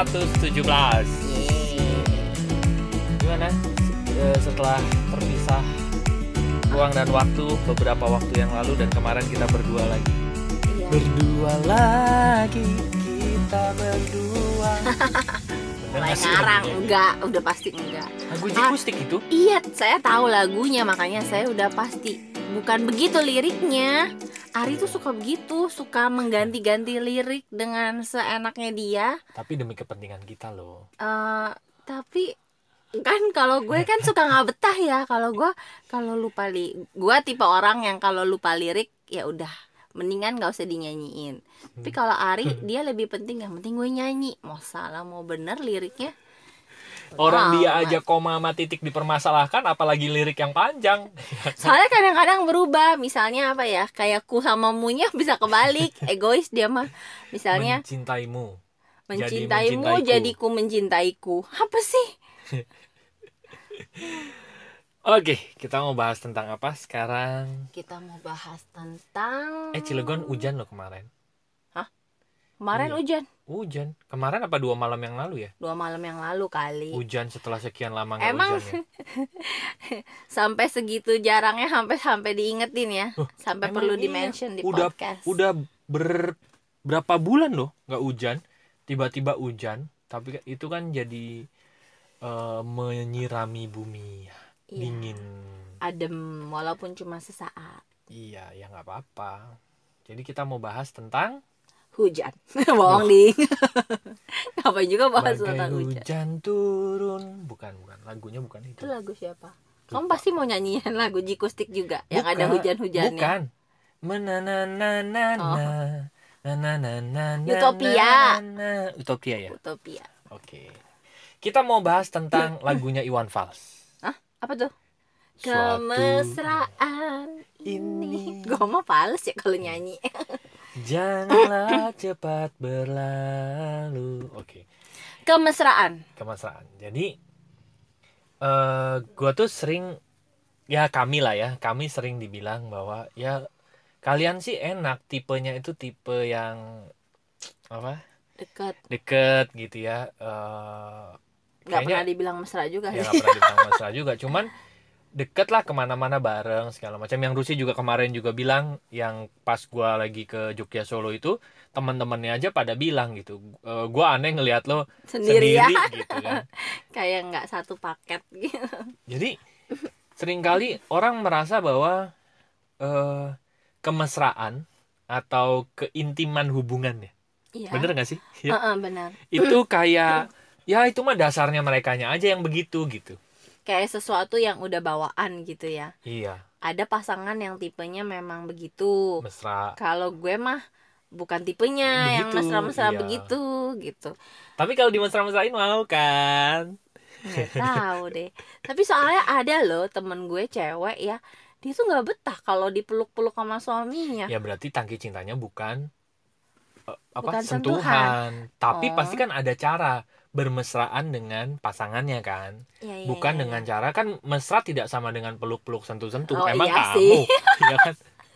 117. Gimana? Setelah terpisah ruang dan waktu beberapa waktu yang lalu dan kemarin kita berdua lagi. Iya. Berdua lagi kita berdua. Mulai ngarang, enggak, udah pasti enggak. Lagu Jikustik itu? Iya, saya tahu lagunya, makanya saya udah pasti. Bukan begitu liriknya. Ari tuh suka begitu, suka mengganti-ganti lirik dengan seenaknya dia. Tapi demi kepentingan kita loh. Tapi kan kalau gue kan suka nggak betah ya. Kalau gue tipe orang yang kalau lupa lirik ya udah mendingan nggak usah dinyanyiin. Tapi kalau Ari dia lebih penting, yang penting gue nyanyi. Mau salah mau bener liriknya. Orang dia aja koma sama titik dipermasalahkan, apalagi lirik yang panjang. Soalnya kadang-kadang berubah. Misalnya apa ya, kayak ku sama munya bisa kebalik. Egois dia mah. Misalnya mencintaimu jadi ku mencintaiku. Apa sih? Oke, kita mau bahas tentang apa sekarang? Kita mau bahas tentang Cilegon hujan loh kemarin. Hah? Kemarin Iya. hujan? Kemarin apa 2 malam yang lalu ya? 2 malam yang lalu kali. Hujan setelah sekian lama nggak Emang hujan ya? sampai segitu jarangnya, sampai diingetin ya. Sampai perlu di-mention di podcast. Udah berapa bulan loh nggak hujan, tiba-tiba hujan. Tapi itu kan jadi menyirami bumi. Iya. Dingin, Adem walaupun cuma sesaat. iya ya nggak apa-apa. Jadi kita mau bahas tentang Hujan. Bohong ding. Ngapain juga bahas bagai tentang hujan? hujan turun. Bukan lagunya bukan itu. Itu lagu siapa? Kamu pasti mau nyanyiin lagu Jikustik juga yang ada hujan-hujannya. Bukan. Utopia. Utopia ya. Utopia. Oke. Kita mau bahas tentang lagunya Iwan Fals. Hah? Apa tuh? Suatu Kemesraan ini. Gue mah fals ya kalau nyanyi. Janganlah cepat berlalu. Oke. Kemesraan. Jadi gue tuh sering, ya kami sering dibilang bahwa ya kalian sih enak, tipenya itu tipe yang apa? Deket gitu ya. Gak pernah dibilang mesra juga ya, sih. gak pernah dibilang mesra juga. Cuman deket lah, kemana-mana bareng segala macam. Yang Rusi juga kemarin juga bilang, yang pas gue lagi ke Jogja Solo itu teman-temannya aja pada bilang gitu, gue aneh ngelihat lo sendiri ya? gitu kan. Kayak nggak satu paket gitu. Jadi seringkali orang merasa bahwa kemesraan atau keintiman hubungannya, Iya. bener nggak sih? Ya. Benar. Itu kayak ya itu mah dasarnya merekanya aja yang begitu gitu. Kayak sesuatu yang udah bawaan gitu ya. Iya. Ada pasangan yang tipenya memang begitu. Mesra. Kalau gue mah bukan tipenya yang mesra-mesra begitu gitu. Tapi kalau dimesra-mesrain mau kan? Nggak tahu deh. Tapi soalnya ada loh temen gue cewek ya, dia tuh nggak betah kalau dipeluk-peluk sama suaminya. Ya berarti tangki cintanya bukan Bukan sentuhan. Tapi pasti kan ada cara bermesraan dengan pasangannya kan. Ya, bukan dengan cara, kan mesra tidak sama dengan peluk-peluk sentuh-sentuh. Emang iya kamu sih. ya kan?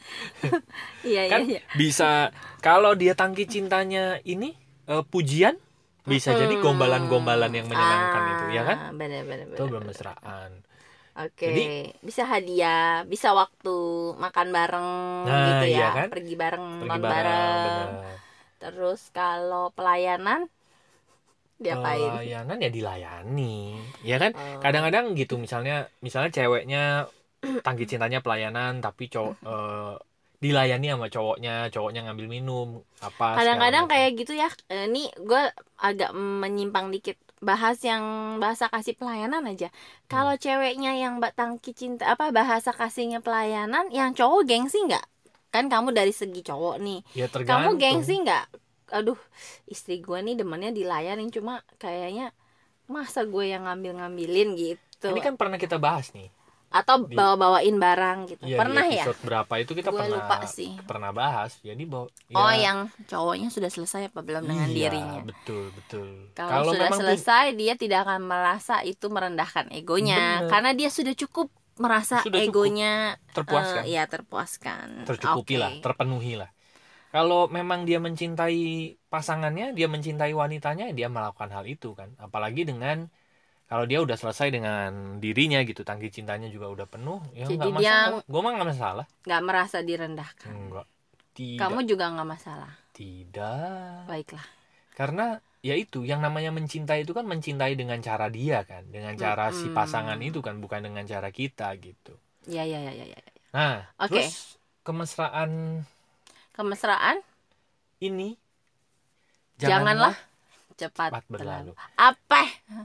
Iya. Bisa, kalau dia tangki cintanya ini pujian, bisa jadi gombalan-gombalan yang menyenangkan itu ya kan? Benar. Itu bermesraan. Oke. Jadi, bisa hadiah, bisa waktu makan bareng gitu ya, iya kan? pergi bareng, nonton bareng. Terus kalau pelayanan diapain? Pelayanan ya dilayani, ya kan? Kadang-kadang gitu, misalnya ceweknya tangki cintanya pelayanan, tapi cowok dilayani sama cowoknya ngambil minum apa. Kadang-kadang kayak gitu ya. Ini gue agak menyimpang dikit, bahas yang bahasa kasih pelayanan aja. Kalau ceweknya yang tangki cinta bahasa kasihnya pelayanan, yang cowok gengsi nggak? Kan kamu dari segi cowok nih, ya tergantung. Kamu gengsi nggak? Aduh, istri gue nih demennya dilayanin, cuma kayaknya masa gue yang ngambilin gitu. Ini kan pernah kita bahas nih. Atau bawa-bawain barang gitu. Ya, pernah di ya? episode berapa itu kita pernah bahas. Jadi yang cowoknya sudah selesai apa belum dengan dirinya? Betul. Kalau sudah selesai, dia tidak akan merasa itu merendahkan egonya. Bener. Karena dia sudah cukup merasa egonya terpuaskan. Terpuaskan. Tercukupi lah, terpenuhi lah. Kalau memang dia mencintai pasangannya, dia mencintai wanitanya, dia melakukan hal itu kan. Apalagi dengan kalau dia udah selesai dengan dirinya gitu, tangki cintanya juga udah penuh, ya Jadi nggak dia masalah. Gue mah nggak masalah. nggak merasa direndahkan. Enggak, tidak, Kamu juga nggak masalah. tidak. Baiklah. Karena ya itu, yang namanya mencintai itu kan mencintai dengan cara dia kan, dengan cara si pasangan itu kan, bukan dengan cara kita gitu. Ya. Nah, Oke. terus kemesraan Kemesraan ini janganlah cepat cepat berlalu. Apa?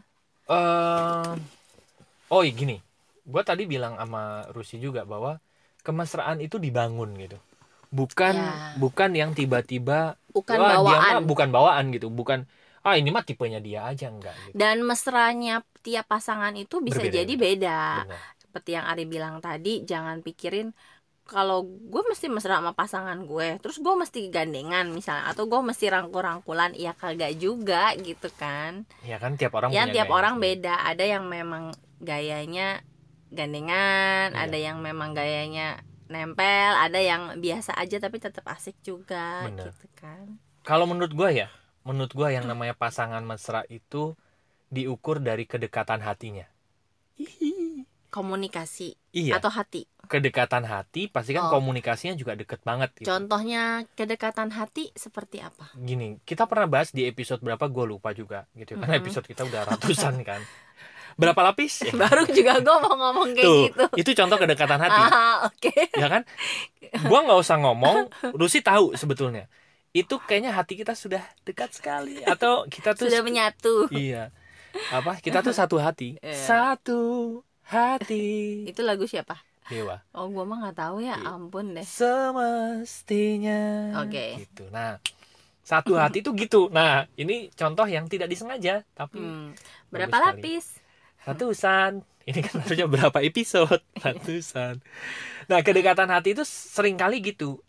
Oh gini, gue tadi bilang sama Rusi juga bahwa kemesraan itu dibangun gitu, bukan Ya. bukan yang tiba-tiba Bukan wah, dia bawaan. mah bukan bawaan gitu, bukan ini mah tipenya dia aja, enggak gitu. Dan mesranya tiap pasangan itu bisa Berbeda, jadi beda. Benar. Seperti yang Ari bilang tadi, jangan pikirin kalau gue mesti mesra sama pasangan gue, terus gue mesti gandengan misalnya, atau gue mesti rangkul-rangkulan. Ya kagak juga gitu kan. Ya kan tiap orang Ya punya tiap gaya orang sendiri. beda. Ada yang memang gayanya gandengan, Iya. ada yang memang gayanya nempel, ada yang biasa aja tapi tetap asik juga. Bener. Gitu kan. Kalau menurut gue yang namanya pasangan mesra itu diukur dari kedekatan hatinya. Komunikasi Iya. atau hati. Kedekatan hati pasti kan komunikasinya juga deket banget gitu. Contohnya kedekatan hati seperti apa? Gini, kita pernah bahas di episode berapa gue lupa juga gitu. Karena episode kita udah ratusan kan. Berapa lapis? Ya. Baru juga gue mau ngomong kayak Tuh, gitu. itu contoh kedekatan hati. Oke. Ya kan? Gua nggak usah ngomong, Rusi tahu sebetulnya. Itu kayaknya hati kita sudah dekat sekali, atau kita tuh Sudah menyatu. Iya. Kita tuh satu hati. Satu hati. Itu lagu siapa? Dewa. Oh, gue mah nggak tahu ya. Ampun deh. Semestinya. Oke. Gitu. Nah, satu hati tuh gitu. Nah, ini contoh yang tidak disengaja, tapi Berapa bagus sekali. lapis? Ratusan. Ini kan harusnya berapa episode? Ratusan. Nah, kedekatan hati itu sering kali gitu.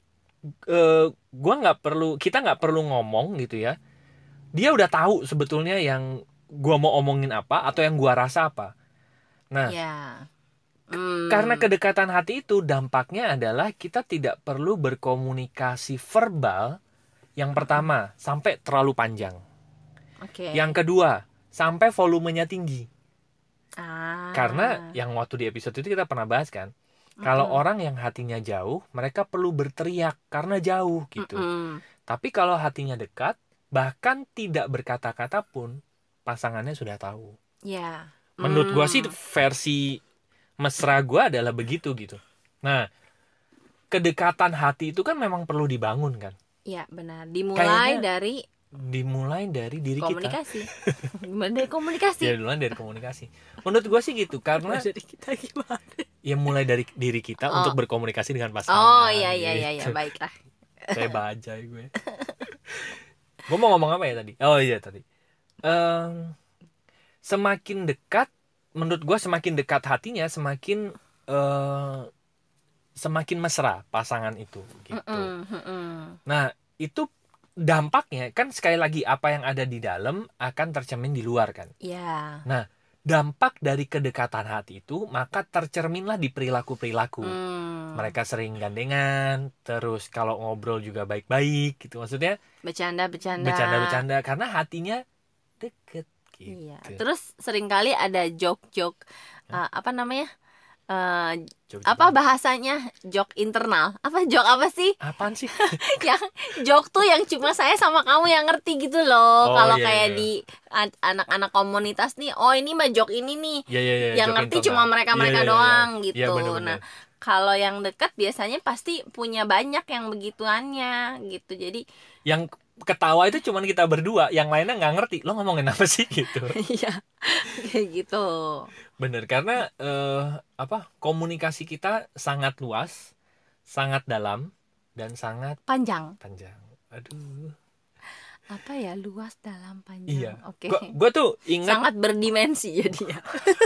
Kita nggak perlu ngomong gitu ya. Dia udah tahu sebetulnya yang gua mau omongin apa atau yang gua rasa apa. Nah, Ya. karena kedekatan hati itu dampaknya adalah kita tidak perlu berkomunikasi verbal. Yang pertama, sampai terlalu panjang. Oke. Yang kedua, sampai volumenya tinggi. Ah. Karena yang waktu di episode itu kita pernah bahas kan, kalau orang yang hatinya jauh, mereka perlu berteriak karena jauh gitu. Tapi kalau hatinya dekat, bahkan tidak berkata-kata pun, pasangannya sudah tahu. Ya. Menurut gua sih versi mesra gua adalah begitu gitu. Nah, kedekatan hati itu kan memang perlu dibangun kan. Ya, benar. Dimulai dari diri komunikasi. Gimana dari komunikasi? Ya, mulai dari komunikasi. Menurut gua sih gitu, karena Dari kita gimana? ya mulai dari diri kita untuk berkomunikasi dengan pasangan. Oh, iya, gitu. baiklah. Saya bajai gue. Gue mau ngomong apa ya tadi? Oh iya tadi. Semakin dekat, menurut gue semakin dekat hatinya, semakin mesra pasangan itu gitu. Nah, itu dampaknya kan sekali lagi apa yang ada di dalam akan tercermin di luar kan. Ya. Nah, dampak dari kedekatan hati itu maka tercerminlah di perilaku-perilaku. Mereka sering gandengan, terus kalau ngobrol juga baik-baik gitu. Maksudnya bercanda karena hatinya deket gitu. Iya. Terus seringkali ada joke-joke apa namanya? Apa bahasanya? Joke internal. Apa joke apa sih? Apaan sih? Yang joke tuh yang cuma saya sama kamu yang ngerti gitu loh. Kalau iya, kayak iya. di anak-anak komunitas nih, oh ini mah joke ini nih. Iya, Yang joke ngerti internal. cuma mereka-mereka Iya, doang iya. gitu. Iya, bener-bener. Nah, kalau yang dekat biasanya pasti punya banyak yang begituannya gitu. Jadi yang ketawa itu cuma kita berdua, yang lainnya nggak ngerti lo ngomongin apa sih gitu. iya kayak gitu. Bener, karena komunikasi kita sangat luas, sangat dalam, dan sangat Panjang. Aduh. Apa ya, luas, dalam, panjang. Iya. Oke. Gue tuh ingat Sangat berdimensi jadinya.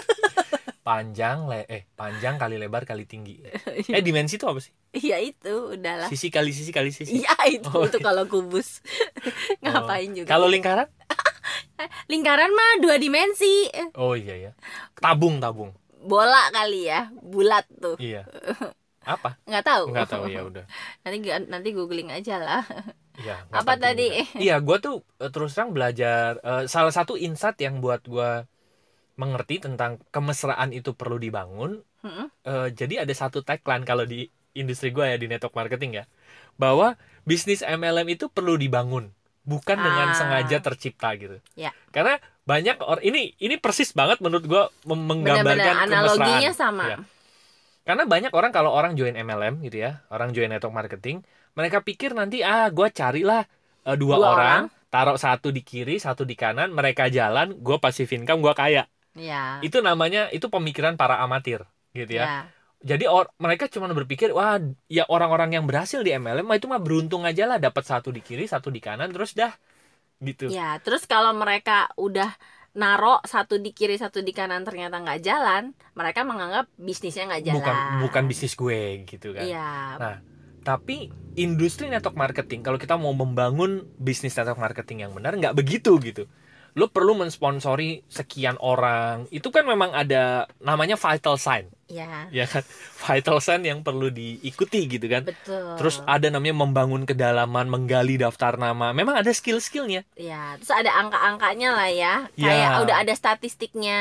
panjang kali lebar kali tinggi. Dimensi itu apa sih? Iya itu, udahlah. Sisi kali sisi kali sisi. Iya itu kalau kubus. Ngapain juga. Kalau lingkaran? Lingkaran mah 2 dimensi. Oh iya ya. Tabung. Bola kali ya, bulat tuh. Iya. Apa? Nggak tahu Ya udah. Nanti googling aja lah. Ya, nggak Apa penting tadi? juga. Iya, gue tuh terus terang belajar salah satu insight yang buat gue mengerti tentang kemesraan itu perlu dibangun. Mm-mm. Jadi ada satu tagline kalau di industri gue ya, di network marketing ya, bahwa bisnis MLM itu perlu dibangun, bukan dengan sengaja tercipta gitu. Ya. Karena banyak ini persis banget menurut gue menggambarkan Benar-benar analoginya kemesraan. sama. Ya. Karena banyak orang kalau orang join MLM gitu ya, orang join network marketing, mereka pikir nanti gue carilah dua orang, taruh satu di kiri, satu di kanan, mereka jalan, gue passive income, gue kaya. Ya. Itu namanya, itu pemikiran para amatir gitu ya. Ya. Jadi mereka cuma berpikir, wah ya orang-orang yang berhasil di MLM itu mah beruntung aja lah, dapat satu di kiri, satu di kanan, terus dah gitu. Ya, terus kalau mereka udah naro satu di kiri satu di kanan ternyata nggak jalan, mereka menganggap bisnisnya nggak jalan. Bukan bisnis gue gitu kan. Iya. Nah, tapi industri network marketing, kalau kita mau membangun bisnis network marketing yang benar, nggak begitu gitu. Lo perlu mensponsori sekian orang. Itu kan memang ada namanya vital sign. Ya. Ya kan? Vital sign yang perlu diikuti gitu kan. Betul. Terus ada namanya membangun kedalaman, menggali daftar nama. Memang ada skill-skillnya. Ya, terus ada angka-angkanya lah ya. Kayak udah ada statistiknya.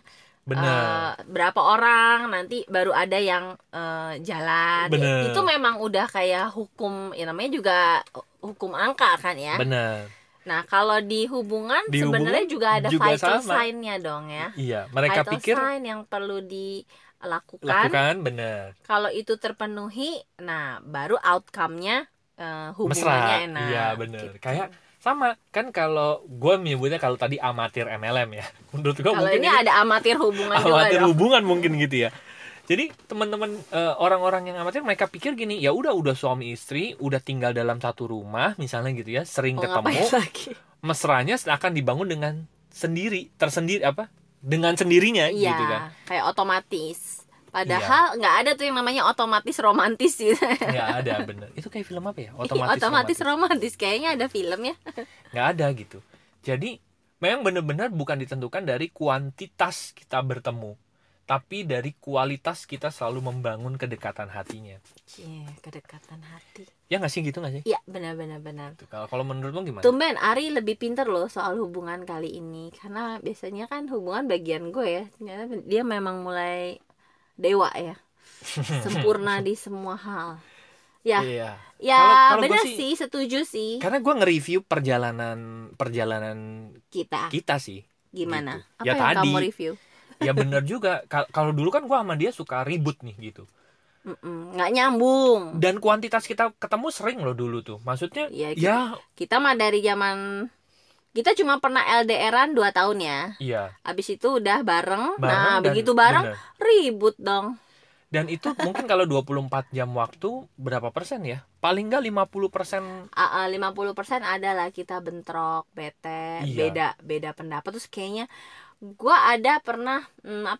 Benar. Berapa orang nanti baru ada yang jalan. Bener. Itu memang udah kayak hukum, ya namanya juga hukum angka kan ya. Benar. Nah, kalau di hubungan sebenarnya juga ada vital sign-nya dong ya. Iya, mereka vital pikir sign yang perlu dilakukan. Benar. Kalau itu terpenuhi, nah baru outcome-nya hubungannya enak. Iya, benar. Gitu. Kayak sama kan, kalau gue menyebutnya kalau tadi amatir MLM ya. Menurut gue kalau mungkin ini ada amatir hubungan juga. Amatir hubungan mungkin gitu ya. Jadi teman-teman orang-orang yang amatir, mereka pikir gini, ya udah suami istri udah tinggal dalam satu rumah misalnya gitu ya, sering ketemu, mesranya akan dibangun dengan dengan sendirinya iya, gitu kan. Kayak otomatis. Padahal nggak ada tuh yang namanya otomatis romantis gitu. Nggak ada, bener. Itu kayak film apa ya? Otomatis romantis. Kayaknya ada film ya. Nggak ada gitu. Jadi memang benar-benar bukan ditentukan dari kuantitas kita bertemu, tapi dari kualitas kita selalu membangun kedekatan hatinya. Iya, kedekatan hati. Ya nggak sih, gitu nggak sih? Iya, benar. Kalau menurutmu gimana? Tumben Ari lebih pinter loh soal hubungan kali ini. Karena biasanya kan hubungan bagian gue ya. Ternyata dia memang mulai dewa ya. Sempurna di semua hal. Ya, iya. Ya benar sih, setuju sih. Karena gue nge-review perjalanan kita sih. Gimana? Gitu. Apa Ya yang tadi, kamu review? Ya bener juga. Kalau dulu kan gue sama dia suka ribut nih gitu. Nggak nyambung. Dan kuantitas kita ketemu sering loh dulu tuh. Maksudnya kita mah dari zaman kita cuma pernah LDRan 2 tahun ya. Iya. Abis itu udah bareng. Nah begitu bareng ribut dong. Dan itu mungkin kalau 24 jam waktu berapa persen ya? Paling nggak 50%. 50% adalah kita bentrok, bete, beda pendapat. Terus kayaknya gue ada pernah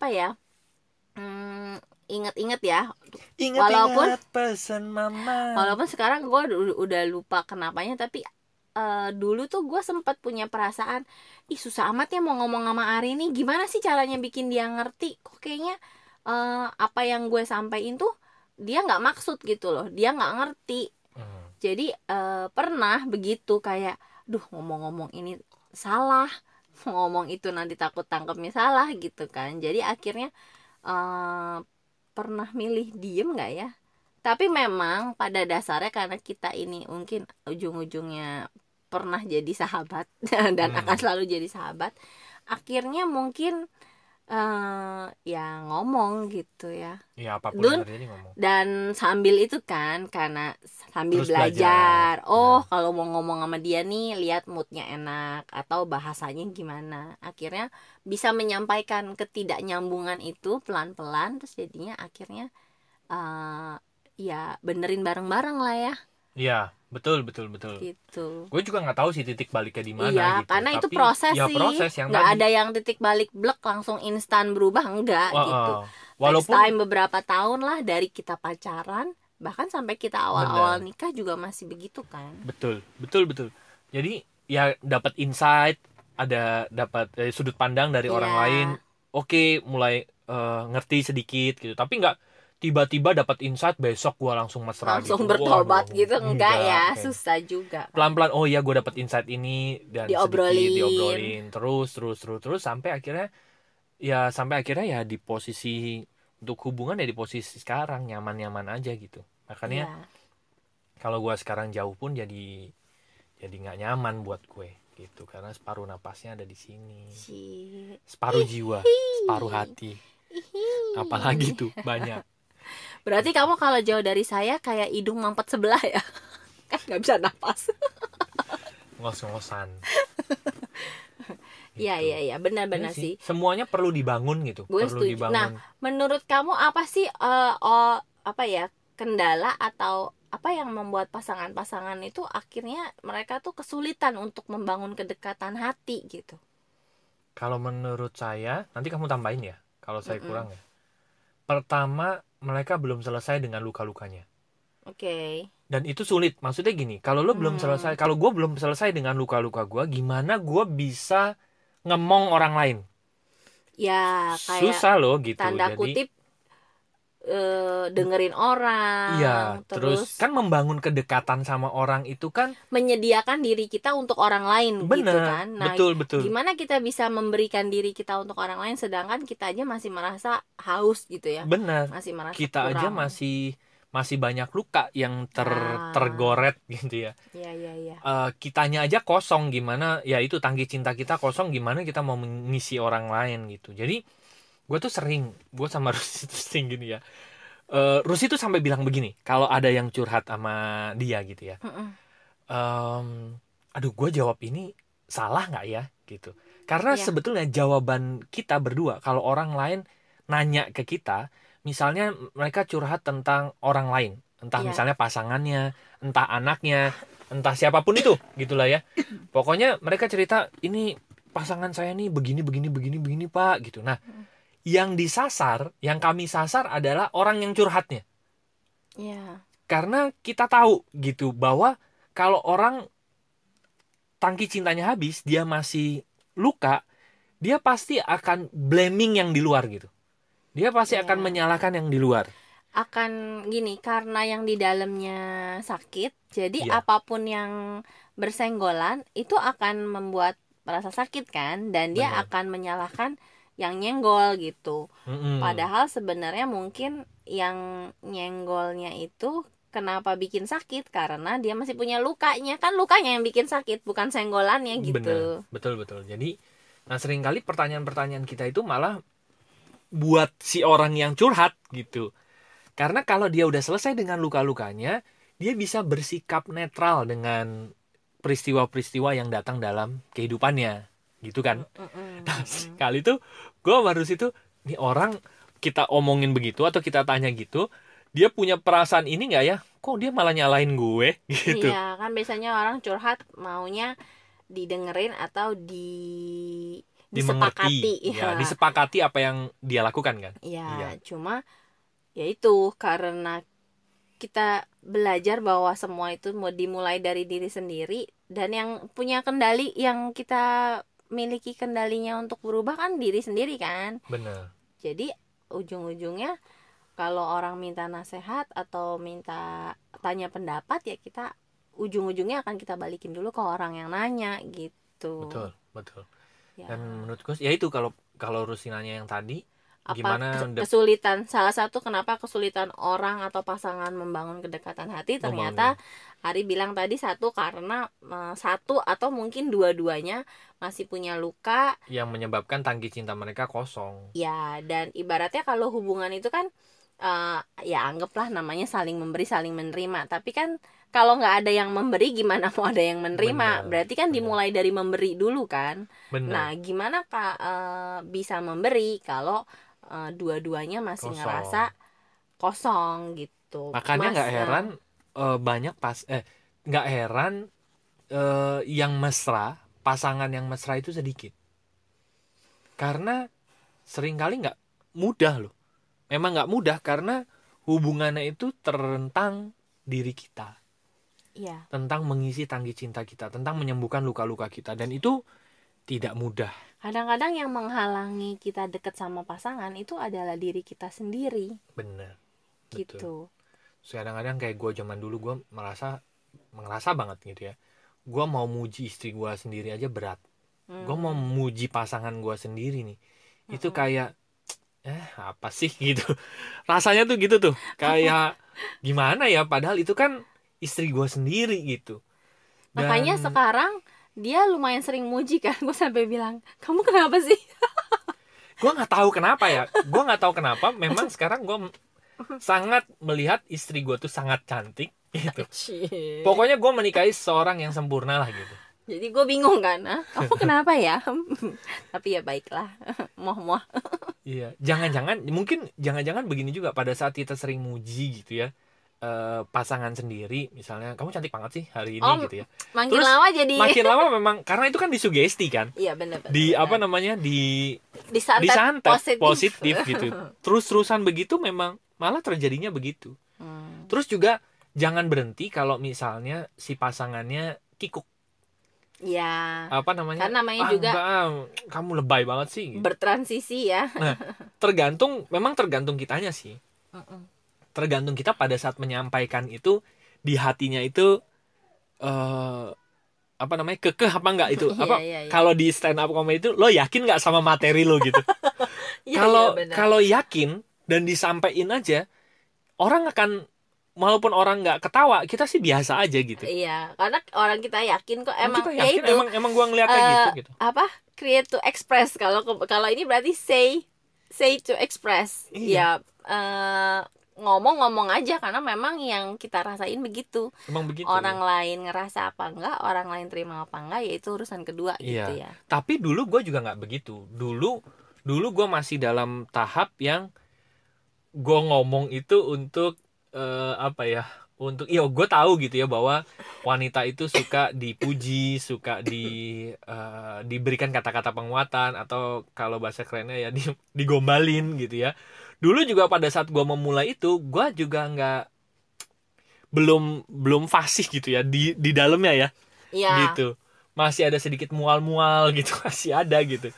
inget-inget ya. Ingat pesan mama. Walaupun sekarang gue udah lupa kenapanya, tapi dulu tuh gue sempat punya perasaan, susah amat ya mau ngomong sama Ari nih. Gimana sih caranya bikin dia ngerti? Kok kayaknya apa yang gue sampein tuh dia nggak maksud gitu loh, dia nggak ngerti. Jadi pernah begitu kayak, ngomong-ngomong ini salah, ngomong itu nanti takut tangkapnya salah gitu kan. Jadi akhirnya pernah milih diem nggak ya. Tapi memang pada dasarnya karena kita ini mungkin ujung-ujungnya pernah jadi sahabat dan akan selalu jadi sahabat, akhirnya mungkin ya ngomong gitu ya. Ya apapun yang terjadi ngomong. Dan sambil itu kan, karena sambil terus belajar. Kalau mau ngomong sama dia nih, lihat moodnya enak atau bahasanya gimana. Akhirnya bisa menyampaikan ketidaknyambungan itu pelan-pelan. Terus jadinya akhirnya ya benerin bareng-bareng lah ya. Iya, betul. Gitu. Gue juga nggak tahu sih titik baliknya di mana. Iya, gitu. karena tapi, itu proses ya, sih. Proses yang nggak ada yang titik balik blek langsung instan berubah, enggak gitu. Walaupun next time beberapa tahun lah dari kita pacaran, bahkan sampai kita awal-awal nikah juga masih begitu kan. Betul. Jadi ya dapat insight, dapat sudut pandang dari orang lain. Oke, mulai ngerti sedikit gitu. Tapi nggak tiba-tiba dapat insight besok gue langsung mesra langsung gitu. bertobat Waduh, gitu enggak ya, kayak susah juga kan. pelan-pelan, oh iya gue dapat insight ini, dan sedikit Diobrolin. diobrolin terus sampai akhirnya ya di posisi untuk hubungan ya di posisi sekarang nyaman-nyaman aja gitu. Makanya Iya. kalau gue sekarang jauh pun jadi nggak nyaman buat gue gitu, karena separuh napasnya ada di sini, separuh jiwa, separuh hati, apalagi tuh banyak. Berarti kamu kalau jauh dari saya kayak hidung mampet sebelah ya. Kan nggak bisa napas. Ngos-ngosan. Iya Gitu. iya benar-benar Iya sih. Semuanya perlu dibangun gitu. Gue Perlu setuju. dibangun. Nah, menurut kamu apa sih apa ya, kendala atau apa yang membuat pasangan-pasangan itu akhirnya mereka tuh kesulitan untuk membangun kedekatan hati gitu? Kalau menurut saya, nanti kamu tambahin ya. Kalau saya Mm-mm. kurang ya. Pertama, mereka belum selesai dengan luka-lukanya. Oke. Dan itu sulit. Maksudnya gini, kalau lo belum selesai, kalau gue belum selesai dengan luka-luka gue, gimana gue bisa ngemong orang lain? Ya kayak Susah loh gitu. tanda Jadi kutip dengerin orang, iya, terus terus kan membangun kedekatan sama orang itu kan menyediakan diri kita untuk orang lain gitu bener, kan. Nah, betul. gimana kita bisa memberikan diri kita untuk orang lain sedangkan kita aja masih merasa haus gitu ya. Bener. Masih merasa Kita aja kurang. masih banyak luka yang Ah. tergoret gitu ya. Iya. Kitanya aja kosong, gimana ya, itu tangki cinta kita kosong, gimana kita mau mengisi orang lain gitu. Jadi gue sama Rusi tuh sering gini ya. Rusi tuh sampai bilang begini, kalau ada yang curhat sama dia gitu ya. Mm-mm. Aduh, gue jawab ini salah nggak ya gitu. Karena Iya. sebetulnya jawaban kita berdua kalau orang lain nanya ke kita, misalnya mereka curhat tentang orang lain, entah Iya. misalnya pasangannya, entah anaknya, entah siapapun itu, gitulah ya. Pokoknya mereka cerita, ini pasangan saya nih begini Pak gitu. Nah, yang kami sasar adalah orang yang curhatnya. Iya. Karena kita tahu gitu bahwa kalau orang tangki cintanya habis, dia masih luka, dia pasti akan blaming yang di luar gitu. Dia pasti akan Iya. menyalahkan yang di luar. Akan gini, karena yang di dalamnya sakit, jadi Iya. apapun yang bersenggolan itu akan membuat merasa sakit kan, dan dia Benar. akan menyalahkan yang nyenggol gitu. Mm-mm. Padahal sebenarnya mungkin yang nyenggolnya itu kenapa bikin sakit, karena dia masih punya lukanya. Kan lukanya yang bikin sakit, bukan senggolannya gitu. Bener, betul. Jadi, nah seringkali pertanyaan-pertanyaan kita itu malah buat si orang yang curhat gitu. Karena kalau dia udah selesai dengan luka-lukanya, dia bisa bersikap netral dengan peristiwa-peristiwa yang datang dalam kehidupannya, gitu kan? Nah, sekali tuh gue harus itu, nih orang kita omongin begitu atau kita tanya gitu, dia punya perasaan ini nggak ya? Kok dia malah nyalain gue gitu? Iya, kan biasanya orang curhat maunya didengerin atau disepakati. Dimengerti, ya, disepakati apa yang dia lakukan kan? Iya, Iya. cuma ya itu karena kita belajar bahwa semua itu mau dimulai dari diri sendiri, dan yang punya kendali, yang kita miliki kendalinya untuk berubah kan diri sendiri kan. Bener. Jadi ujung-ujungnya kalau orang minta nasihat atau minta tanya pendapat, ya kita ujung-ujungnya akan kita balikin dulu ke orang yang nanya gitu. Betul. Ya. Dan menurutku ya itu, kalau Rusinanya yang tadi, Apa gimana kesulitan, salah satu kenapa kesulitan orang atau pasangan membangun kedekatan hati, ternyata Ari bilang tadi satu karena satu atau mungkin dua-duanya masih punya luka yang menyebabkan tangki cinta mereka kosong. ya. Dan ibaratnya kalau hubungan itu kan ya anggaplah namanya saling memberi saling menerima, tapi kan kalau nggak ada yang memberi gimana mau ada yang menerima. Bener, berarti kan bener. dimulai dari memberi dulu kan. Bener. Nah gimana Kak bisa memberi kalau dua-duanya masih Kosong. ngerasa kosong gitu. Makanya nggak heran banyak nggak heran yang mesra, pasangan yang mesra itu sedikit. Karena seringkali nggak mudah loh. Memang nggak mudah karena hubungannya itu terentang diri kita. Iya. Tentang mengisi tangki cinta kita, tentang menyembuhkan luka-luka kita, dan itu tidak mudah. Kadang-kadang yang menghalangi kita deket sama pasangan itu adalah diri kita sendiri. Bener. gitu. Kadang-kadang kayak gue zaman dulu gue ngerasa banget gitu ya, gue mau muji istri gue sendiri aja berat. Gue mau muji pasangan gue sendiri nih, itu kayak apa sih gitu. Rasanya tuh gitu tuh, kayak gimana ya, padahal itu kan istri gue sendiri gitu. Makanya Dan sekarang dia lumayan sering muji kan. Gue sampai bilang, kamu kenapa sih? gue nggak tahu kenapa ya, gue nggak tahu kenapa, memang sekarang gue sangat melihat istri gue tuh sangat cantik gitu. Pokoknya gue menikahi seorang yang sempurna lah gitu. Jadi gue bingung kan, kamu kenapa ya? Tapi ya baiklah, moh. Iya, jangan-jangan begini juga, pada saat kita sering muji gitu ya, pasangan sendiri, misalnya kamu cantik banget sih hari ini gitu ya. Makin Terus lama jadi makin lama memang karena itu kan disugesti kan. iya benar. Apa namanya, disantet positif gitu. Terus-terusan begitu memang malah terjadinya begitu. Terus juga jangan berhenti kalau misalnya si pasangannya kikuk. Ya. Apa namanya? Kan namanya juga enggak, kamu lebay banget sih gitu. Bertransisi ya. Nah, memang tergantung kitanya sih. Tergantung kita pada saat menyampaikan itu, di hatinya itu apa namanya, kekeh apa enggak itu. Iya. Kalau di stand up comedy itu, lo yakin nggak sama materi lo gitu. Kalau yakin dan disampaikan aja, orang akan, walaupun orang nggak ketawa, kita sih biasa aja gitu. Iya, karena orang kita yakin kok, emang kita ya yakin, itu emang gua ngeliatnya gitu. Apa? Create to express. Kalau ini berarti say to express. Iya. Ya ngomong aja, karena memang yang kita rasain begitu. Emang begitu. Orang lain ngerasa apa enggak, orang lain terima apa enggak, ya itu urusan kedua gitu ya. Tapi dulu gue juga nggak begitu. Dulu gue masih dalam tahap yang gue ngomong itu untuk apa ya? Untuk gue tahu gitu ya bahwa wanita itu suka dipuji, suka diberikan kata-kata penguatan, atau kalau bahasa kerennya ya digombalin gitu ya. Dulu juga pada saat gue memulai itu, gue juga belum fasih gitu ya di dalamnya ya. Iya. Gitu. Masih ada sedikit mual-mual gitu, masih ada gitu.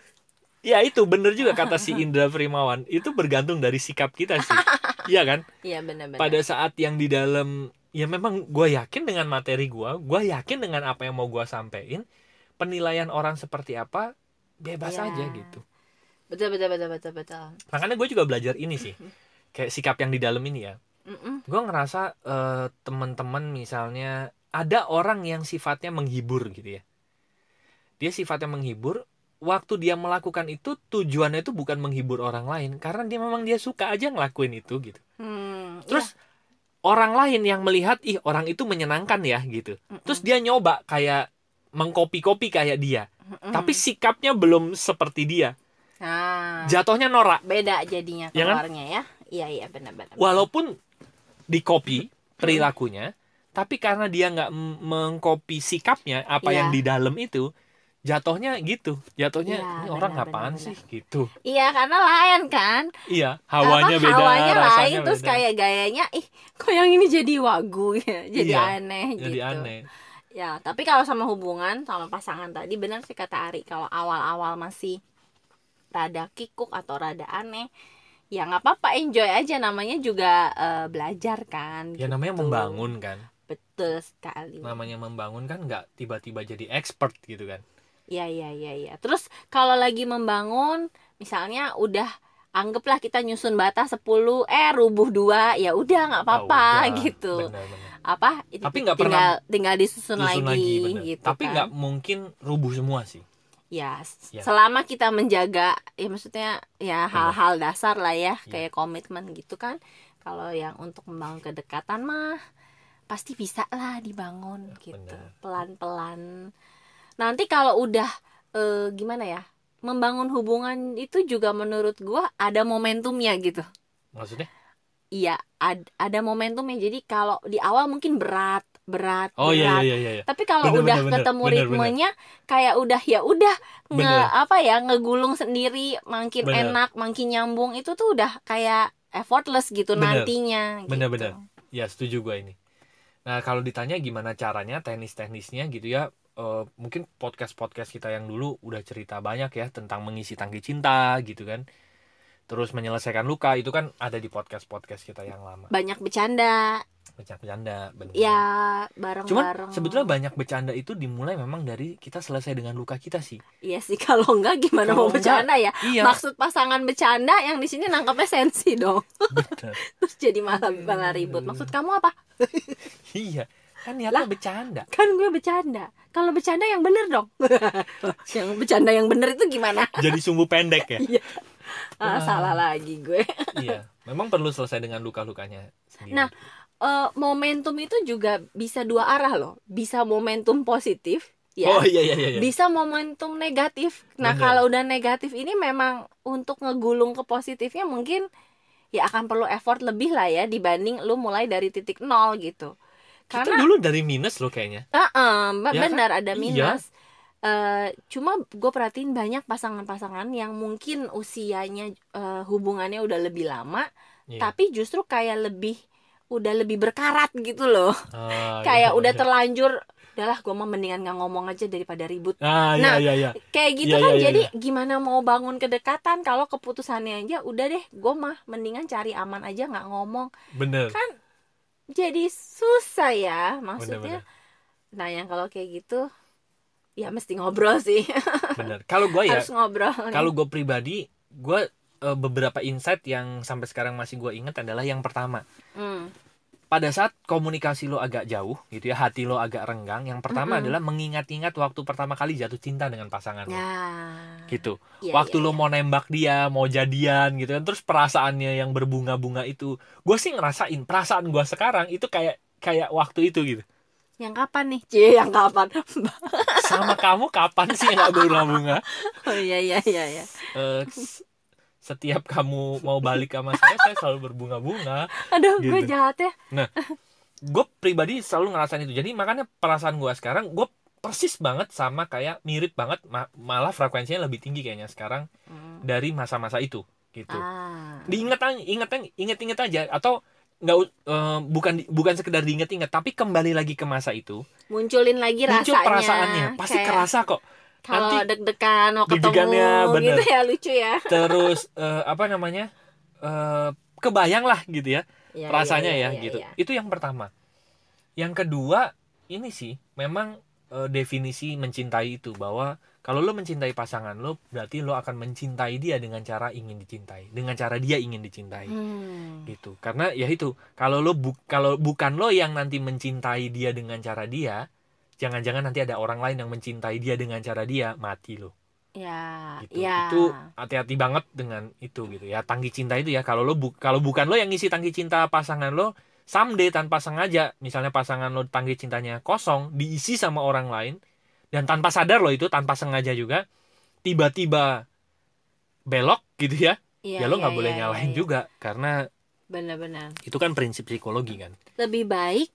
Ya itu bener juga kata si Indra Primawan, itu bergantung dari sikap kita sih. Iya kan? Iya benar-benar. Pada saat yang di dalam, ya memang gue yakin dengan materi gue yakin dengan apa yang mau gue sampein, penilaian orang seperti apa bebas aja gitu. Betul. Makanya gue juga belajar ini sih, kayak sikap yang di dalam ini ya. Gue ngerasa teman-teman misalnya ada orang yang sifatnya menghibur gitu ya. Dia sifatnya menghibur. Waktu dia melakukan itu, tujuannya itu bukan menghibur orang lain, karena dia suka aja ngelakuin itu gitu. Terus orang lain yang melihat, orang itu menyenangkan ya gitu. Terus dia nyoba kayak mengkopi-kopi kayak dia, tapi sikapnya belum seperti dia. Jatuhnya norak. Beda jadinya keluarnya ya. Iya benar. Walaupun dikopi perilakunya, tapi karena dia nggak mengkopi sikapnya, apa yang di dalam itu, jatuhnya gitu. Ini orang apaan sih gitu. Iya, karena lain kan. Iya, hawanya beda, hawanya rasanya lain, terus beda. kayak gayanya kok yang ini jadi wagu ya, jadi aneh jadi gitu. aneh. Ya, tapi kalau sama hubungan sama pasangan tadi, benar sih kata Ari, kalau awal-awal masih rada kikuk atau rada aneh, ya nggak apa-apa, enjoy aja, namanya juga belajar kan. Ya gitu. Namanya membangun kan. Betul sekali. Namanya membangun kan, nggak tiba-tiba jadi expert gitu kan. Iya. Terus kalau lagi membangun, misalnya udah anggaplah kita nyusun bata 10, rubuh 2, ya udah nggak apa-apa gitu. Benar. Apa? Tapi nggak pernah tinggal disusun lagi gitu. Tapi nggak kan. mungkin rubuh semua sih. Ya, selama kita menjaga, ya maksudnya ya hal-hal dasar lah ya, kayak komitmen gitu kan. Kalau yang untuk membangun kedekatan mah pasti bisa lah dibangun gitu, pelan-pelan. Nanti kalau udah gimana ya, membangun hubungan itu juga menurut gua ada momentumnya gitu. Maksudnya? Iya, ada momentumnya. Jadi kalau di awal mungkin berat. Iya. Tapi kalau udah ketemu ritmenya, kayak udah ngegulung sendiri, makin enak, makin nyambung, itu tuh udah kayak effortless gitu nantinya. Bener. Ya setuju gua ini. Nah kalau ditanya gimana caranya, teknisnya gitu ya. Mungkin podcast kita yang dulu udah cerita banyak ya tentang mengisi tangki cinta gitu kan. terus menyelesaikan luka itu kan ada di podcast kita yang lama. Banyak bercanda. Bener. Ya Cuman bareng-bareng. sebetulnya banyak bercanda itu dimulai memang dari kita selesai dengan luka kita sih. Iya sih, kalau enggak gimana Kalau mau bercanda ya? iya. Maksud pasangan bercanda yang di sini nangkepnya sensi dong. Bener. Terus jadi malah ribut. Maksud kamu apa? Iya, kan niatnya bercanda. Kan gue bercanda. Kalau bercanda yang bener dong. Yang bercanda yang bener itu gimana? Jadi sumbu pendek ya. Iya. Salah lagi gue. Iya, memang perlu selesai dengan luka-lukanya sendiri. Nah, momentum itu juga bisa dua arah loh. Bisa momentum positif, ya. Oh iya. Bisa momentum negatif. Nah, Bener. kalau udah negatif ini memang untuk ngegulung ke positifnya mungkin ya akan perlu effort lebih lah ya dibanding lu mulai dari titik nol gitu. Kita dulu dari minus loh kayaknya. Benar kan? ada minus. Cuma gue perhatiin banyak pasangan-pasangan yang mungkin usianya hubungannya udah lebih lama, tapi justru kayak udah lebih berkarat gitu loh. Kayak udah terlanjur, udahlah gue mah mendingan gak ngomong aja daripada ribut. Iya. Kayak gitu jadi gimana mau bangun kedekatan kalau keputusannya aja udah deh gue mah mendingan cari aman aja gak ngomong. Bener. Kan jadi susah ya maksudnya. Bener. Nah yang kalau kayak gitu ya mesti ngobrol sih. Bener. Kalau gue ya, harus ngobrol. Kalau gue pribadi, gue beberapa insight yang sampai sekarang masih gue ingat adalah yang pertama. Pada saat komunikasi lo agak jauh gitu ya, hati lo agak renggang, yang pertama adalah mengingat-ingat waktu pertama kali jatuh cinta dengan pasangan lo. Gitu. Waktu lo mau nembak dia, mau jadian gitu kan, terus perasaannya yang berbunga-bunga itu, gue sih ngerasain perasaan gue sekarang itu kayak waktu itu gitu. Yang kapan nih? Yang kapan? Sama kamu kapan sih nggak berbunga-bunga? Oh iya. Setiap kamu mau balik sama saya selalu berbunga-bunga. Aduh, gitu. Gue jahat ya. Nah, gue pribadi selalu ngerasain itu. Jadi makanya perasaan gue sekarang, gue persis banget sama kayak mirip banget, malah frekuensinya lebih tinggi kayaknya sekarang dari masa-masa itu, gitu. Diingat aja, atau nggak bukan sekedar diingat-ingat, tapi kembali lagi ke masa itu. Munculin lagi rasanya. Muncul perasaannya, pasti kayak kerasa kok. Kalau deg-degan mau ketemu gitu ya, lucu ya. Terus kebayang lah gitu ya, rasanya gitu. Ya. Itu yang pertama. Yang kedua ini sih memang definisi mencintai itu, bahwa kalau lo mencintai pasangan lo, berarti lo akan mencintai dia dengan cara ingin dicintai, dengan cara dia ingin dicintai. Gitu. Karena ya itu, kalau bukan lo yang nanti mencintai dia dengan cara dia, jangan-jangan nanti ada orang lain yang mencintai dia dengan cara dia, mati lo. Gitu. Itu hati-hati banget dengan itu gitu ya. Tangki cinta itu ya, kalau bukan lo yang ngisi tangki cinta pasangan lo, someday tanpa sengaja, misalnya pasangan lo tangki cintanya kosong, diisi sama orang lain, dan tanpa sadar lo itu, tanpa sengaja juga, tiba-tiba belok gitu ya. Ya lo nggak boleh nyalahin juga, karena benar-benar itu kan prinsip psikologi kan. Lebih baik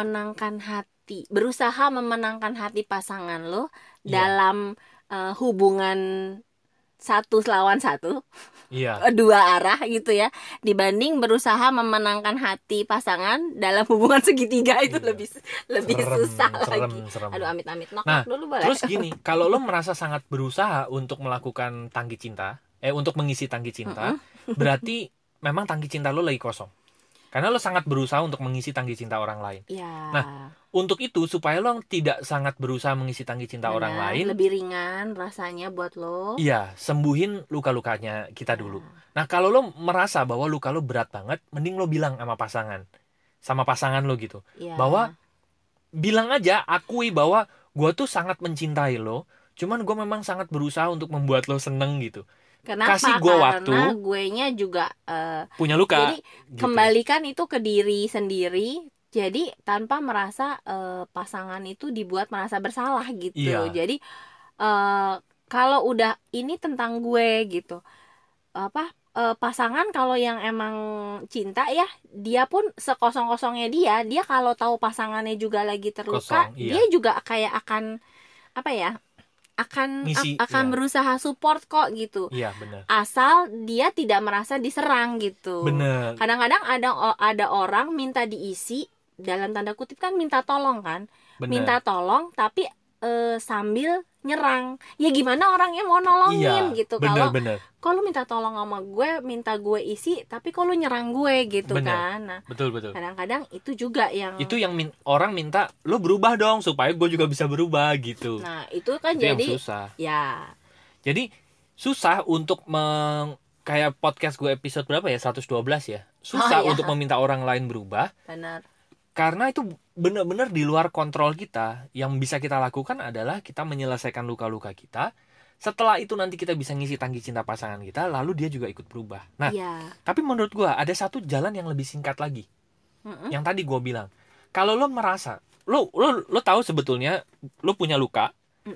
berusaha memenangkan hati pasangan lo dalam hubungan satu lawan satu, dua arah gitu ya, dibanding berusaha memenangkan hati pasangan dalam hubungan segitiga. Itu lebih susah lagi. Aduh, amit-amit knock dulu boleh. Terus gini, kalau lo merasa sangat berusaha untuk melakukan tangki cinta, untuk mengisi tangki cinta, berarti memang tangki cinta lo lagi kosong. Karena lo sangat berusaha untuk mengisi tangki cinta orang lain. Nah, untuk itu, supaya lo tidak sangat berusaha mengisi tangki cinta orang lain, lebih ringan rasanya buat lo. Iya, sembuhin luka-lukanya kita dulu. Nah, kalau lo merasa bahwa luka lo berat banget, mending lo bilang sama pasangan lo gitu. Bahwa bilang aja, akui bahwa gue tuh sangat mencintai lo, cuman gue memang sangat berusaha untuk membuat lo seneng gitu. Kenapa? Kasih gue waktu. Karena guenya juga punya luka. Jadi gitu. Kembalikan itu ke diri sendiri. Jadi tanpa merasa pasangan itu dibuat merasa bersalah gitu. Jadi kalau udah ini tentang gue gitu, pasangan kalau yang emang cinta ya, dia pun sekosong-kosongnya dia kalau tahu pasangannya juga lagi terluka, dia juga kayak akan akan berusaha support kok gitu. Iya, benar. Asal dia tidak merasa diserang gitu. Benar. Kadang-kadang ada orang minta diisi, dalam tanda kutip kan minta tolong kan. Bener. Minta tolong tapi sambil nyerang. Ya gimana orangnya mau nolongin gitu. Bener. Kalau lu minta tolong sama gue, minta gue isi, tapi kalau lu nyerang gue gitu Bener. kan. Nah, Betul. kadang-kadang itu juga yang Orang minta lo berubah dong supaya gue juga bisa berubah gitu. Nah, itu kan Itu jadi yang susah. ya. Jadi susah untuk kayak podcast gue episode berapa ya? 112 ya. Susah untuk meminta orang lain berubah. Benar. Karena itu benar-benar di luar kontrol kita. Yang bisa kita lakukan adalah kita menyelesaikan luka-luka kita. Setelah itu nanti kita bisa ngisi tangki cinta pasangan kita, lalu dia juga ikut berubah. Nah, tapi menurut gue ada satu jalan yang lebih singkat lagi. Yang tadi gue bilang, kalau lo merasa lo tahu sebetulnya lo punya luka,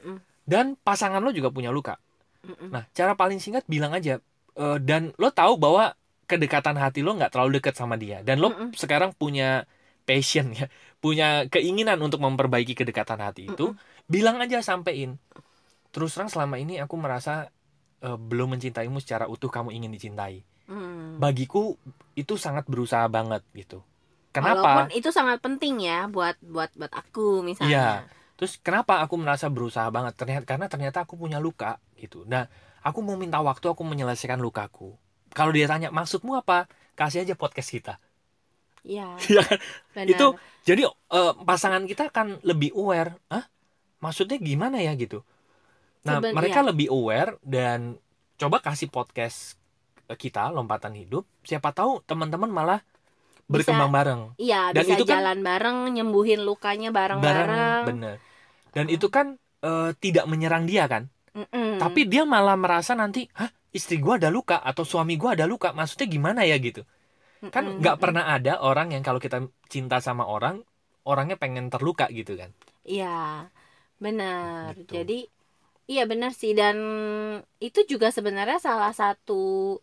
dan pasangan lo juga punya luka. Nah, cara paling singkat bilang aja, dan lo tahu bahwa kedekatan hati lo nggak terlalu dekat sama dia, dan lo sekarang punya passion ya, punya keinginan untuk memperbaiki kedekatan hati itu, bilang aja, sampein. Terus terang selama ini aku merasa belum mencintaimu secara utuh kamu ingin dicintai. Bagiku itu sangat berusaha banget gitu. Kenapa? Walaupun itu sangat penting ya buat aku misalnya. Iya. Terus kenapa aku merasa berusaha banget? Karena ternyata aku punya luka gitu. Nah, aku mau minta waktu aku menyelesaikan lukaku. Kalau dia tanya maksudmu apa? Kasih aja podcast kita. Iya. Benar. Itu jadi pasangan kita akan lebih aware. Maksudnya gimana ya gitu. Nah, mereka lebih aware dan coba kasih podcast kita Lompatan Hidup. Siapa tahu teman-teman malah berkembang bareng. Iya, dan bisa itu jalan bareng, nyembuhin lukanya bareng-bareng. Bener. Dan itu kan tidak menyerang dia kan. Tapi dia malah merasa nanti, istri gue ada luka atau suami gue ada luka. Maksudnya gimana ya gitu. Kan gak pernah ada orang yang kalau kita cinta sama orang, orangnya pengen terluka gitu kan. Iya, benar. Gitu. Jadi, iya benar sih. Dan itu juga sebenarnya salah satu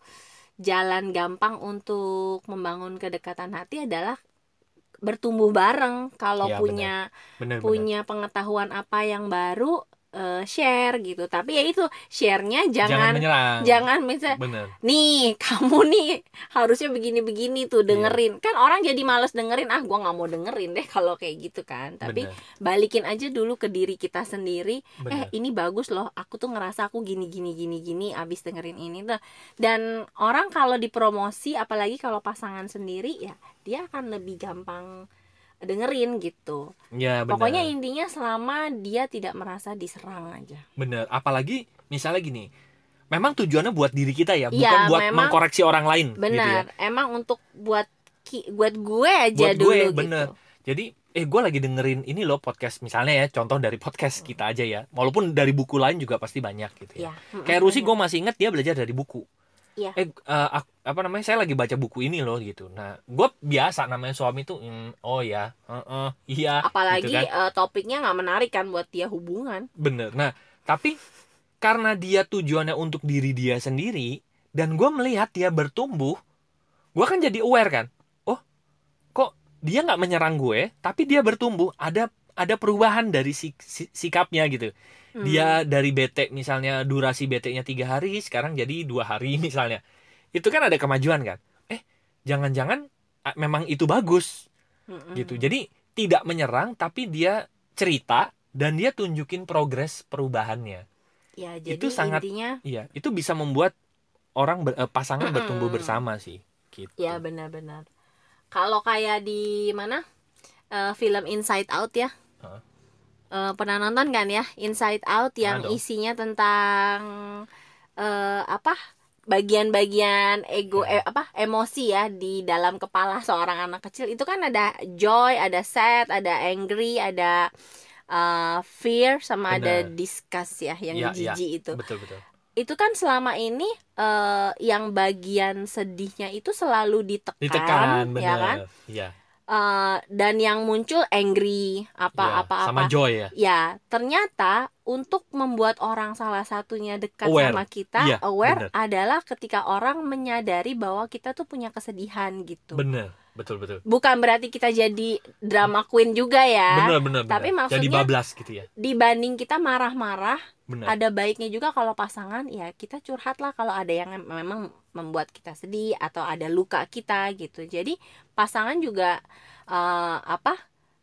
jalan gampang untuk membangun kedekatan hati adalah bertumbuh bareng. Kalau punya pengetahuan apa yang baru, share gitu. Tapi ya itu share-nya jangan misalnya nih kamu nih harusnya begini-begini tuh dengerin. Kan orang jadi males dengerin, gue nggak mau dengerin deh kalau kayak gitu kan. Tapi balikin aja dulu ke diri kita sendiri. Ini bagus loh, aku tuh ngerasa aku gini abis dengerin ini tuh. Dan orang kalau dipromosi, apalagi kalau pasangan sendiri, ya dia akan lebih gampang dengerin gitu. Ya, bener. Pokoknya intinya selama dia tidak merasa diserang aja. Bener. Apalagi misalnya gini, memang tujuannya buat diri kita ya, bukan buat mengkoreksi orang lain. Benar. Gitu ya. Emang untuk buat gue aja buat dulu gue, gitu. Bener. Jadi gue lagi dengerin ini loh podcast misalnya ya, contoh dari podcast kita aja ya. Walaupun dari buku lain juga pasti banyak gitu ya. Kayak Rusi gue masih inget dia belajar dari buku. Iya. Saya lagi baca buku ini loh gitu. Nah, gue biasa namanya suami tuh, iya. Apalagi gitu kan. Topiknya nggak menarik kan buat dia hubungan. Bener. Nah, tapi karena dia tujuannya untuk diri dia sendiri, dan gue melihat dia bertumbuh, gue kan jadi aware kan. Oh, kok dia nggak menyerang gue, tapi dia bertumbuh. Ada perubahan dari sikapnya gitu. Dia dari bete misalnya durasi bete-nya 3 hari sekarang jadi 2 hari misalnya. Itu kan ada kemajuan kan. Jangan-jangan memang itu bagus. Gitu. Jadi tidak menyerang tapi dia cerita dan dia tunjukin progres perubahannya. Ya, jadi itu sangat intinya itu bisa membuat orang pasangan bertumbuh bersama sih gitu. Ya, benar-benar. Kalau kayak di mana? Film Inside Out ya. Pernah nonton kan ya Inside Out yang isinya tentang bagian-bagian ego emosi ya di dalam kepala seorang anak kecil. Itu kan ada joy, ada sad, ada angry, ada fear, sama ada disgust ya yang jijik itu. Betul. Itu kan selama ini yang bagian sedihnya itu selalu ditekan bener. Ya kan? Iya. Dan yang muncul angry sama joy ya. Ya, ternyata untuk membuat orang salah satunya dekat sama kita, aware adalah ketika orang menyadari bahwa kita tuh punya kesedihan gitu. Bener, betul. Bukan berarti kita jadi drama queen juga ya. Bener. Tapi maksudnya jadi bablas gitu ya. Dibanding kita marah-marah, ada baiknya juga kalau pasangan ya kita curhat lah kalau ada yang memang membuat kita sedih atau ada luka kita gitu. Jadi pasangan juga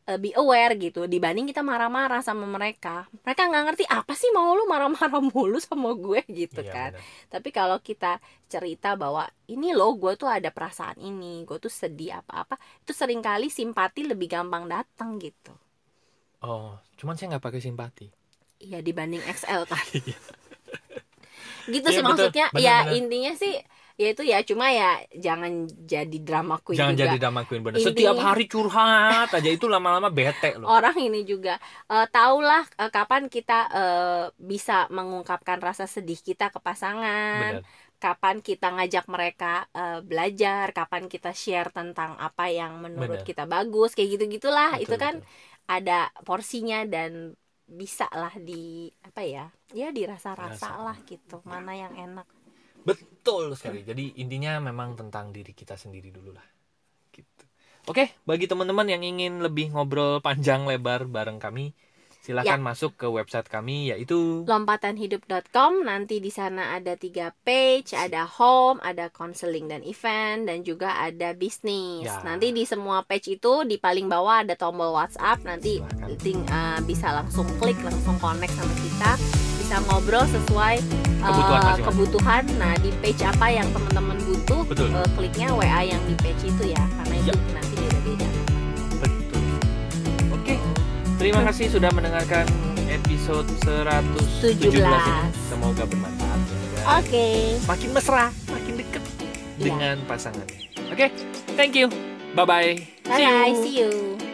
be aware gitu, dibanding kita marah-marah sama mereka nggak ngerti apa sih mau lu marah-marah mulu sama gue gitu Iya, kan. benar. Tapi kalau kita cerita bahwa ini loh gue tuh ada perasaan ini, gue tuh sedih apa-apa, itu seringkali simpati lebih gampang datang gitu. Oh, cuman saya nggak pakai simpati. Iya, dibanding XL kan. Gitu Iya, sih betul. maksudnya. Benar, Ya benar. intinya sih ya itu ya, cuma ya jangan jadi drama queen Jangan juga. jadi drama queen, bener. Intinya- Setiap hari curhat aja itu lama-lama bete loh. Orang ini juga tahulah kapan kita bisa mengungkapkan rasa sedih kita ke pasangan. Bener. Kapan kita ngajak mereka belajar, kapan kita share tentang apa yang menurut Bener. kita bagus, kayak gitu-gitulah. Betul, Itu kan betul. ada porsinya dan bisa lah di apa ya dirasa-rasa Rasa. lah gitu, mana yang enak. Betul sekali. Jadi intinya memang tentang diri kita sendiri dulu lah. Gitu. Oke, bagi teman-teman yang ingin lebih ngobrol panjang lebar bareng kami, silakan masuk ke website kami, yaitu lompatanhidup.com. Nanti di sana ada 3 page, ada home, ada counseling dan event, dan juga ada bisnis. Ya. Nanti di semua page itu di paling bawah ada tombol WhatsApp. Nanti Silakan. bisa langsung klik, langsung connect sama kita, bisa ngobrol sesuai Kebutuhan masing-masing. kebutuhan. Nah, di page apa yang teman-teman butuh, Betul. kliknya WA yang di page itu ya, karena itu Ya. nanti beda-beda. betul. Oke, terima kasih sudah mendengarkan episode 117 ini. Semoga bermanfaat ya, dan Oke. makin mesra, makin deket Iya. dengan pasangannya. Oke, thank you. Bye-bye. Bye bye, see you.